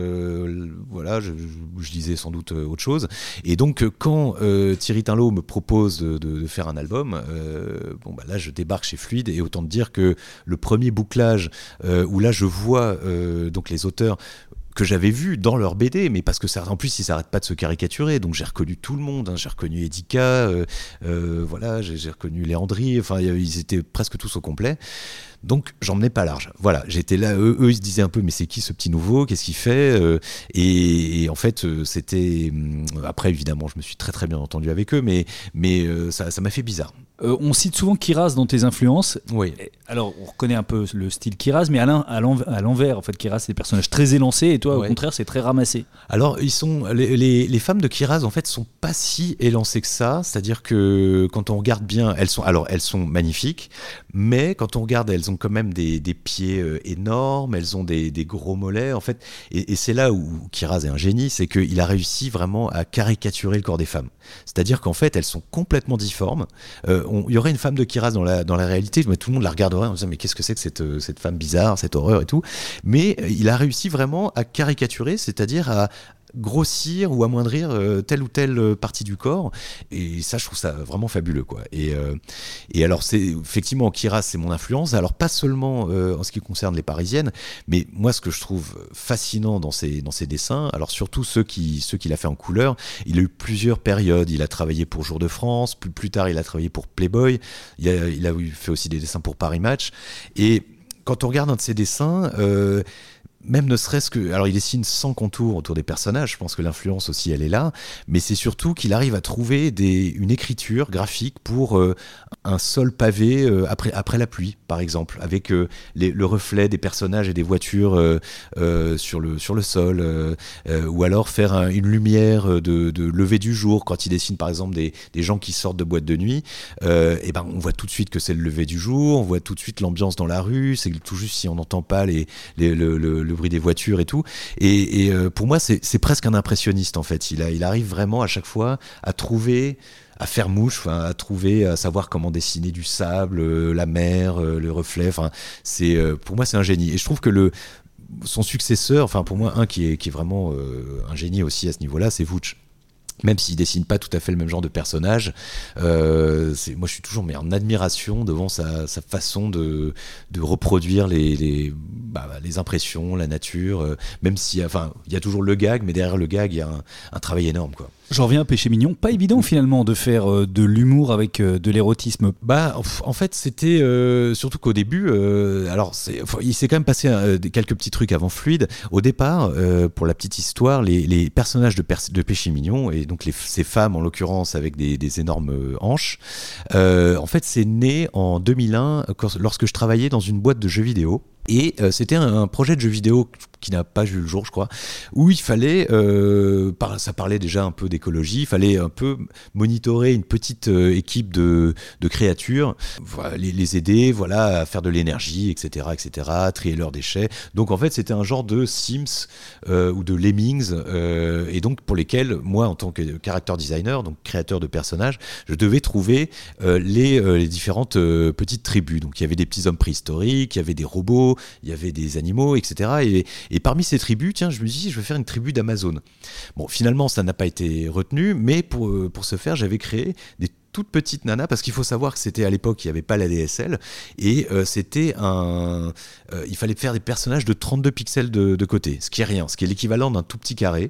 je lisais sans doute autre chose, et donc quand Thierry Tinlot me propose de faire un album, là je débarque chez Fluide, et autant te dire que le premier bouclage où là je vois donc les auteurs que j'avais vu dans leur BD, mais parce que ça, en plus ils s'arrêtent pas de se caricaturer, donc j'ai reconnu tout le monde, j'ai reconnu Edika, voilà, j'ai reconnu Léandri, enfin ils étaient presque tous au complet. Donc j'en menais pas large. Voilà, j'étais là, eux ils se disaient un peu mais c'est qui ce petit nouveau, qu'est-ce qu'il fait, et en fait c'était après évidemment je me suis très très bien entendu avec eux, mais ça m'a fait bizarre. On cite souvent Kiraz dans tes influences. Oui. Alors, on reconnaît un peu le style Kiraz, mais à l'envers, en fait, Kiraz, c'est des personnages très élancés, et toi, au contraire, c'est très ramassé. Alors, les femmes de Kiraz, en fait, sont pas si élancées que ça. C'est-à-dire que quand on regarde bien, elles sont magnifiques, mais quand on regarde, elles ont quand même des pieds énormes, elles ont des gros mollets, en fait. Et c'est là où Kiraz est un génie, c'est qu'il a réussi vraiment à caricaturer le corps des femmes. C'est-à-dire qu'en fait, elles sont complètement difformes. Il y aurait une femme de Kiraz dans la réalité, mais tout le monde la regarderait en disant mais qu'est-ce que c'est que cette femme bizarre, cette horreur et tout. Mais il a réussi vraiment à caricaturer, c'est-à-dire à grossir ou amoindrir telle ou telle partie du corps, et ça je trouve ça vraiment fabuleux quoi. Et alors c'est effectivement Kiraz, c'est mon influence, alors pas seulement en ce qui concerne les parisiennes, mais moi ce que je trouve fascinant dans ses dessins, alors surtout ceux qu'il a fait en couleur, il a eu plusieurs périodes, il a travaillé pour Jour de France, plus tard il a travaillé pour Playboy, il a fait aussi des dessins pour Paris Match, et quand on regarde un de ses dessins, même ne serait-ce que... Alors il dessine sans contour autour des personnages, je pense que l'influence aussi elle est là, mais c'est surtout qu'il arrive à trouver une écriture graphique pour un sol pavé après la pluie, par exemple, avec le reflet des personnages et des voitures sur le sol, ou alors faire une lumière de lever du jour, quand il dessine par exemple des gens qui sortent de boîte de nuit, et ben on voit tout de suite que c'est le lever du jour, on voit tout de suite l'ambiance dans la rue, c'est tout juste si on n'entend pas le bruit des voitures et tout, et pour moi c'est presque un impressionniste en fait. Il arrive vraiment à chaque fois à trouver, à faire mouche, à trouver, à savoir comment dessiner du sable, la mer, le reflet, pour moi c'est un génie, et je trouve que son successeur, pour moi un qui est vraiment un génie aussi à ce niveau-là, c'est Vooch. Même s'il dessine pas tout à fait le même genre de personnage, moi je suis toujours en admiration devant sa façon de reproduire les impressions, la nature, même si il y a toujours le gag, mais derrière le gag il y a un travail énorme quoi. J'en reviens à Péché Mignon, pas évident finalement de faire de l'humour avec de l'érotisme. En fait c'était surtout qu'au début, il s'est quand même passé quelques petits trucs avant Fluide. Au départ, pour la petite histoire, les personnages de Péché Mignon, et donc ces femmes en l'occurrence avec des énormes hanches, en fait c'est né en 2001 lorsque je travaillais dans une boîte de jeux vidéo. Et c'était un projet de jeu vidéo qui n'a pas vu le jour, je crois, où il fallait, ça parlait déjà un peu d'écologie, il fallait un peu monitorer une petite équipe de créatures, les aider, à faire de l'énergie, etc., trier leurs déchets. Donc en fait, c'était un genre de Sims ou de Lemmings, et donc pour lesquels, moi, en tant que character designer, donc créateur de personnages, je devais trouver les différentes petites tribus. Donc il y avait des petits hommes préhistoriques, il y avait des robots, il y avait des animaux, etc. Et parmi ces tribus, tiens, je me suis dit, je vais faire une tribu d'Amazon. Bon, finalement, ça n'a pas été retenu, mais pour ce faire, j'avais créé des toute petite nana, parce qu'il faut savoir que c'était à l'époque, il n'y avait pas la DSL, et il fallait faire des personnages de 32 pixels de côté, ce qui est rien, ce qui est l'équivalent d'un tout petit carré,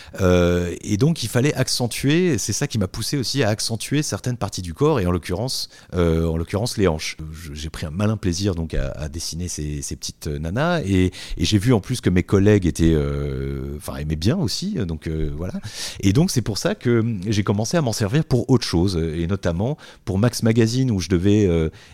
et donc il fallait accentuer, c'est ça qui m'a poussé aussi à accentuer certaines parties du corps, et en l'occurrence les hanches. J'ai pris un malin plaisir donc à dessiner ces petites nanas, et j'ai vu en plus que mes collègues aimaient bien aussi, donc voilà, et donc c'est pour ça que j'ai commencé à m'en servir pour autre chose, et notamment pour Max Magazine, où je devais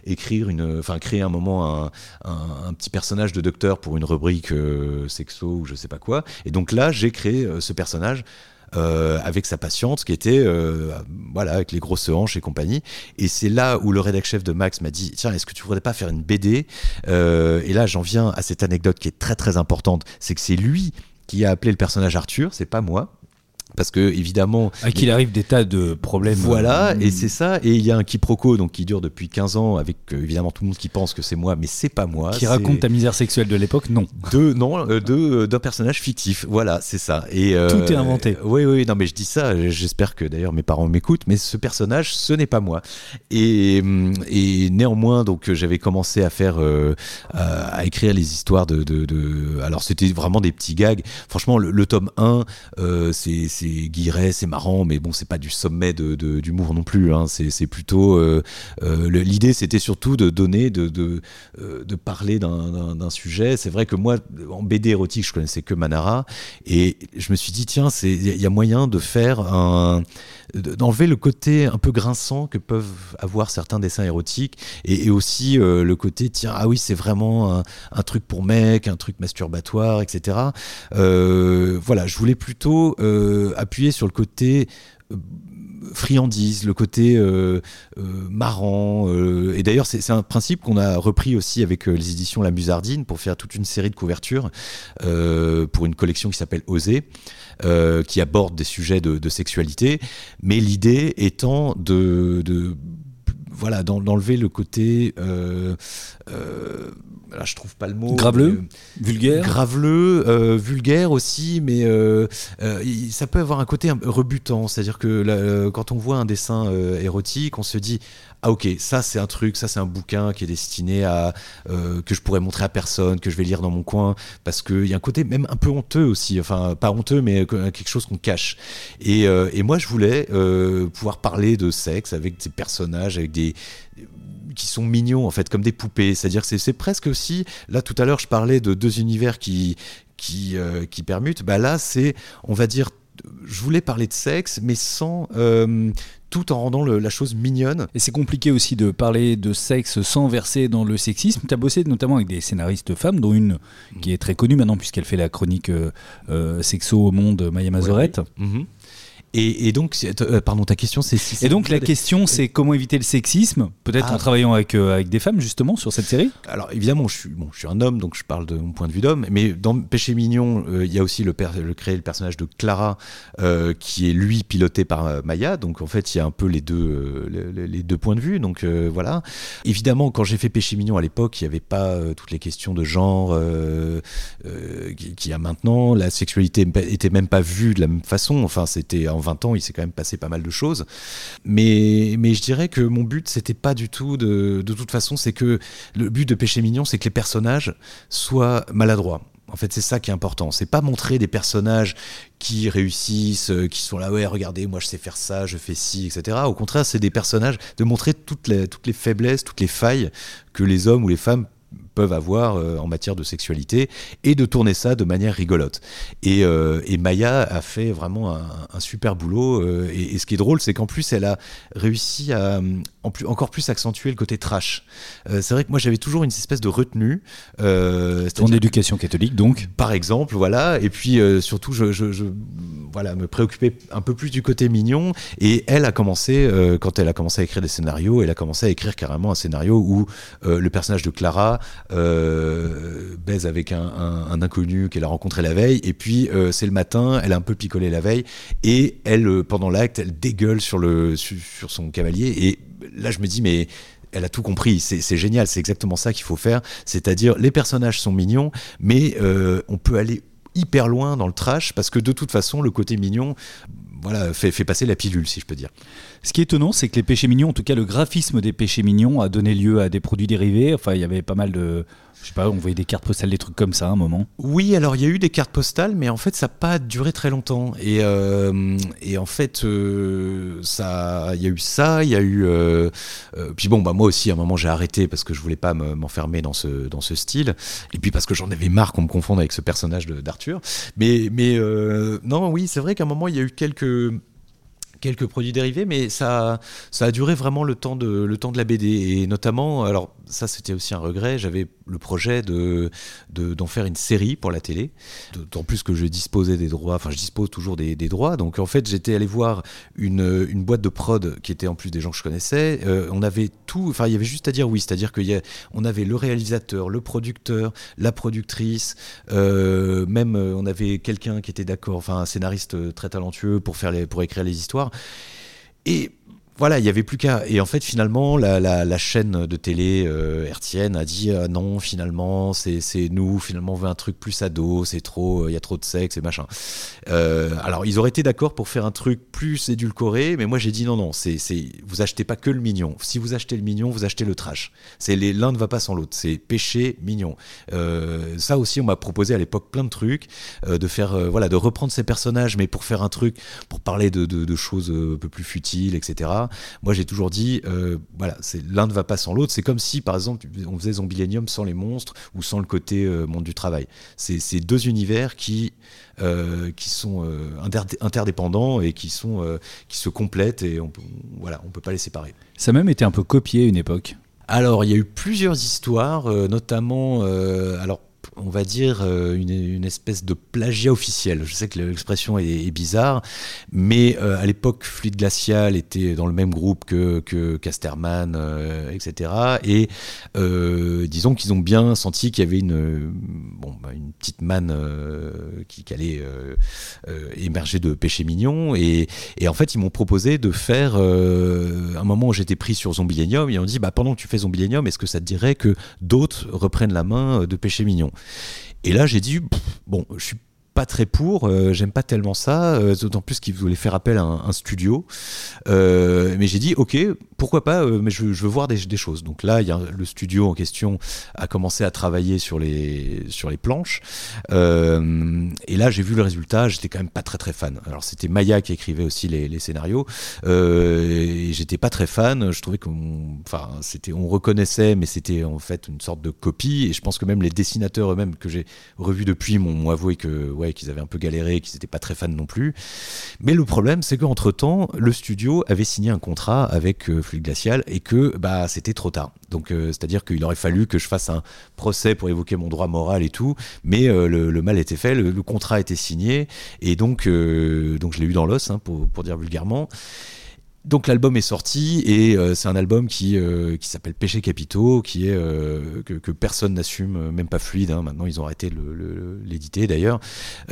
créer un moment un petit personnage de docteur pour une rubrique sexo ou je sais pas quoi, et donc là j'ai créé ce personnage avec sa patiente qui était avec les grosses hanches et compagnie, et c'est là où le rédac-chef de Max m'a dit tiens, est-ce que tu voudrais pas faire une BD, et là j'en viens à cette anecdote qui est très très importante, c'est que c'est lui qui a appelé le personnage Arthur, c'est pas moi. Parce que évidemment, à qui il arrive des tas de problèmes. Voilà, et c'est ça. Et il y a un quiproquo donc qui dure depuis 15 ans avec évidemment tout le monde qui pense que c'est moi, mais c'est pas moi. Qui raconte ta misère sexuelle de l'époque, non. D'un personnage fictif. Voilà, c'est ça. Et tout est inventé. Oui, non, mais je dis ça. J'espère que d'ailleurs mes parents m'écoutent. Mais ce personnage, ce n'est pas moi. Et néanmoins, donc j'avais commencé à faire, à écrire les histoires alors c'était vraiment des petits gags. Franchement, le tome 1, c'est guilleret, c'est marrant, mais bon, c'est pas du sommet d'humour non plus. Hein. C'est plutôt l'idée, c'était surtout de donner, de parler d'un sujet. C'est vrai que moi, en BD érotique, je connaissais que Manara, et je me suis dit tiens, il y a moyen de faire d'enlever le côté un peu grinçant que peuvent avoir certains dessins érotiques, et aussi le côté tiens, ah oui, c'est vraiment un truc pour mec, un truc masturbatoire, etc. Voilà, je voulais plutôt appuyer sur le côté friandise, le côté marrant, et d'ailleurs c'est un principe qu'on a repris aussi avec les éditions La Musardine pour faire toute une série de couvertures pour une collection qui s'appelle Oser, qui aborde des sujets de sexualité, mais l'idée étant voilà, d'enlever le côté là je trouve pas le mot, graveleux, vulgaire aussi, mais ça peut avoir un côté rebutant, c'est-à-dire que quand on voit un dessin érotique, on se dit ah ok, ça c'est un truc, ça c'est un bouquin qui est destiné à que je pourrais montrer à personne, que je vais lire dans mon coin, parce qu'il y a un côté même un peu honteux aussi, enfin pas honteux, mais quelque chose qu'on cache. Et moi je voulais pouvoir parler de sexe avec des personnages, avec qui sont mignons en fait, comme des poupées. C'est-à-dire que c'est presque aussi, là tout à l'heure je parlais de deux univers qui permutent, bah là c'est, on va dire, je voulais parler de sexe, mais sans tout en rendant la chose mignonne. Et c'est compliqué aussi de parler de sexe sans verser dans le sexisme. Tu as bossé notamment avec des scénaristes femmes, dont une qui est très connue maintenant puisqu'elle fait la chronique sexo au Monde, Maya Mazorette. Ouais. Mm-hmm. Et donc, pardon, ta question c'est si... Et donc la question c'est comment éviter le sexisme, peut-être en travaillant avec des femmes justement sur cette série. Alors évidemment, je suis un homme, donc je parle de mon point de vue d'homme, mais dans Péché Mignon, il y a aussi le personnage de Clara, qui est lui piloté par Maya, donc en fait il y a un peu les deux points de vue, donc voilà. Évidemment, quand j'ai fait Péché Mignon à l'époque, il n'y avait pas toutes les questions de genre qu'il y a maintenant, la sexualité était même pas vue de la même façon, enfin c'était... En 20 ans, il s'est quand même passé pas mal de choses. Mais je dirais que mon but, c'était pas du tout de toute façon, c'est que le but de Péché Mignon, c'est que les personnages soient maladroits. En fait, c'est ça qui est important. C'est pas montrer des personnages qui réussissent, qui sont là, ouais, regardez, moi je sais faire ça, je fais ci, etc. Au contraire, c'est des personnages, de montrer toutes les faiblesses, toutes les failles que les hommes ou les femmes peuvent avoir en matière de sexualité, et de tourner ça de manière rigolote. Et Maya a fait vraiment un super boulot, et ce qui est drôle, c'est qu'en plus elle a réussi à encore plus accentuer le côté trash. C'est vrai que moi j'avais toujours une espèce de retenue. Ton éducation catholique donc. Par exemple, voilà, et puis surtout je voilà, me préoccupais un peu plus du côté mignon, et elle a commencé, quand elle a commencé à écrire des scénarios, elle a commencé à écrire carrément un scénario où le personnage de Clara baise avec un inconnu qu'elle a rencontré la veille, et puis c'est le matin, elle a un peu picolé la veille, et elle, pendant l'acte, elle dégueule sur son cavalier, et là je me dis mais elle a tout compris, c'est génial, c'est exactement ça qu'il faut faire, c'est-à-dire les personnages sont mignons, mais on peut aller hyper loin dans le trash, parce que de toute façon le côté mignon, voilà, fait passer la pilule, si je peux dire. Ce qui est étonnant, c'est que les péchés mignons, en tout cas le graphisme des péchés mignons, a donné lieu à des produits dérivés. Enfin, il y avait pas mal de... Je sais pas, on voyait des cartes postales, des trucs comme ça à un moment. Oui, alors il y a eu des cartes postales, mais en fait ça n'a pas duré très longtemps. Et en fait, il y a eu ça, il y a eu... puis bon, moi aussi, à un moment, j'ai arrêté parce que je voulais pas m'enfermer dans ce style. Et puis parce que j'en avais marre qu'on me confonde avec ce personnage d'Arthur. Mais non, oui, c'est vrai qu'à un moment, il y a eu quelques Quelques produits dérivés, mais ça a duré vraiment le temps de la BD. Et notamment, alors ça c'était aussi un regret, j'avais le projet d'en faire une série pour la télé, d'autant plus que je disposais des droits, enfin je dispose toujours des droits. Donc en fait j'étais allé voir une boîte de prod qui était en plus des gens que je connaissais. On avait tout, enfin il y avait juste à dire oui, c'est-à-dire qu'on avait le réalisateur, le producteur, la productrice, même on avait quelqu'un qui était d'accord, enfin un scénariste très talentueux pour écrire les histoires. Et voilà, il n'y avait plus qu'à. Et en fait, finalement, la chaîne de télé hertzienne a dit non, finalement, c'est nous, finalement, on veut un truc plus ado, c'est trop, il y a trop de sexe et machin. Alors, ils auraient été d'accord pour faire un truc plus édulcoré, mais moi j'ai dit non, vous achetez pas que le mignon. Si vous achetez le mignon, vous achetez le trash. L'un ne va pas sans l'autre. C'est péché, mignon. Ça aussi, on m'a proposé à l'époque plein de trucs, de faire, de reprendre ces personnages, mais pour faire un truc, pour parler de choses un peu plus futiles, etc. Moi j'ai toujours dit l'un ne va pas sans l'autre. C'est comme si par exemple on faisait Zombielenium sans les monstres ou sans le côté monde du travail. C'est deux univers qui sont interdépendants et qui se complètent et on peut pas les séparer. Ça a même été un peu copié à une époque. Alors il y a eu plusieurs histoires, notamment on va dire une espèce de plagiat officiel. Je sais que l'expression est bizarre, mais à l'époque, Fluide Glacial était dans le même groupe que Casterman, etc. Et disons qu'ils ont bien senti qu'il y avait une petite manne qui allait émerger de Péché Mignon. Et en fait, ils m'ont proposé de faire un moment où j'étais pris sur Zombielenium. Ils m'ont dit, pendant que tu fais Zombielenium, est-ce que ça te dirait que d'autres reprennent la main de Péché Mignon ? Et là j'ai dit je suis pas très pour, j'aime pas tellement ça, d'autant plus qu'ils voulaient faire appel à un studio, mais j'ai dit ok, pourquoi pas, mais je veux voir des choses. Donc là le studio en question a commencé à travailler sur les planches, et là j'ai vu le résultat, j'étais quand même pas très très fan. Alors c'était Maya qui écrivait aussi les scénarios, et j'étais pas très fan. Je trouvais qu'on reconnaissait, mais c'était en fait une sorte de copie, et je pense que même les dessinateurs eux-mêmes que j'ai revus depuis m'ont avoué qu'ils avaient un peu galéré, qu'ils n'étaient pas très fans non plus. Mais le problème, c'est qu'entre-temps, le studio avait signé un contrat avec Fluide Glacial et que c'était trop tard. Donc, c'est-à-dire qu'il aurait fallu que je fasse un procès pour évoquer mon droit moral et tout, mais le mal était fait, le contrat était signé, et donc je l'ai eu dans l'os, pour dire vulgairement. Donc l'album est sorti et c'est un album qui s'appelle Péchés Capitaux, qui est que personne n'assume, même pas Fluide. Maintenant ils ont arrêté de l'éditer d'ailleurs.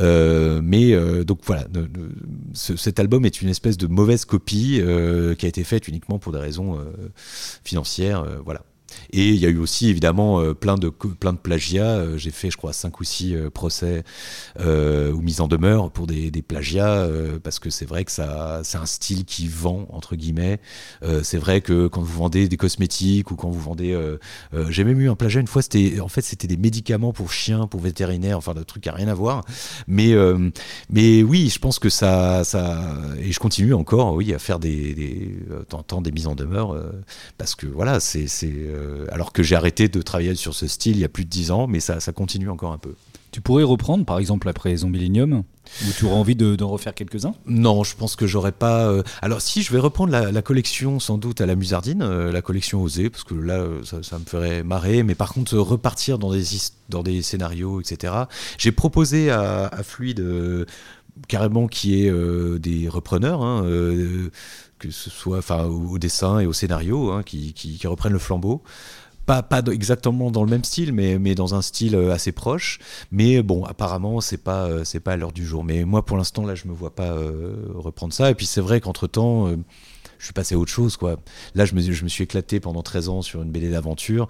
Donc voilà, cet album est une espèce de mauvaise copie qui a été faite uniquement pour des raisons financières. Voilà. Et il y a eu aussi évidemment plein de plagiats. J'ai fait je crois 5 ou 6 procès ou mises en demeure pour des plagiats, parce que c'est vrai que c'est un style qui vend entre guillemets. C'est vrai que quand vous vendez des cosmétiques ou quand vous vendez j'ai même eu un plagiat une fois, c'était des médicaments pour chiens, pour vétérinaires, enfin des trucs qui n'ont rien à voir, mais oui, je pense que ça et je continue encore à faire des mises en demeure, parce que voilà, alors que j'ai arrêté de travailler sur ce style il y a plus de 10 ans, mais ça continue encore un peu. Tu pourrais reprendre, par exemple, après Zombielenium, ou tu aurais envie d'en refaire quelques-uns ? Non, je pense que j'aurais pas... Alors si, je vais reprendre la collection sans doute à la Musardine, la collection Osée, parce que là, ça me ferait marrer, mais par contre, repartir dans des scénarios, etc. J'ai proposé à Fluide, carrément, qui est des repreneurs, que ce soit au dessin et au scénario, qui reprennent le flambeau. Pas exactement dans le même style, mais dans un style assez proche. Mais bon, apparemment, c'est pas à l'heure du jour. Mais moi, pour l'instant, là, je me vois pas reprendre ça. Et puis, c'est vrai qu'entre-temps, je suis passé à autre chose, quoi. Là, je me suis éclaté pendant 13 ans sur une BD d'aventure.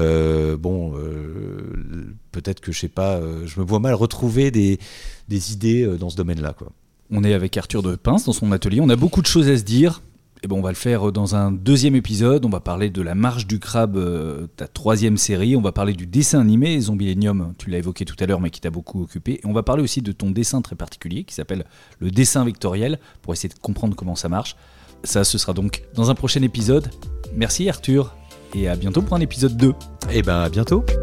Peut-être que, je sais pas, je me vois mal retrouver des idées dans ce domaine-là, quoi. On est avec Arthur de Pince dans son atelier. On a beaucoup de choses à se dire. Et on va le faire dans un deuxième épisode. On va parler de La Marche du Crabe, ta 3e série. On va parler du dessin animé, Zombielenium, tu l'as évoqué tout à l'heure, mais qui t'a beaucoup occupé. Et on va parler aussi de ton dessin très particulier, qui s'appelle le dessin vectoriel, pour essayer de comprendre comment ça marche. Ça, ce sera donc dans un prochain épisode. Merci Arthur, et à bientôt pour un épisode 2. À bientôt.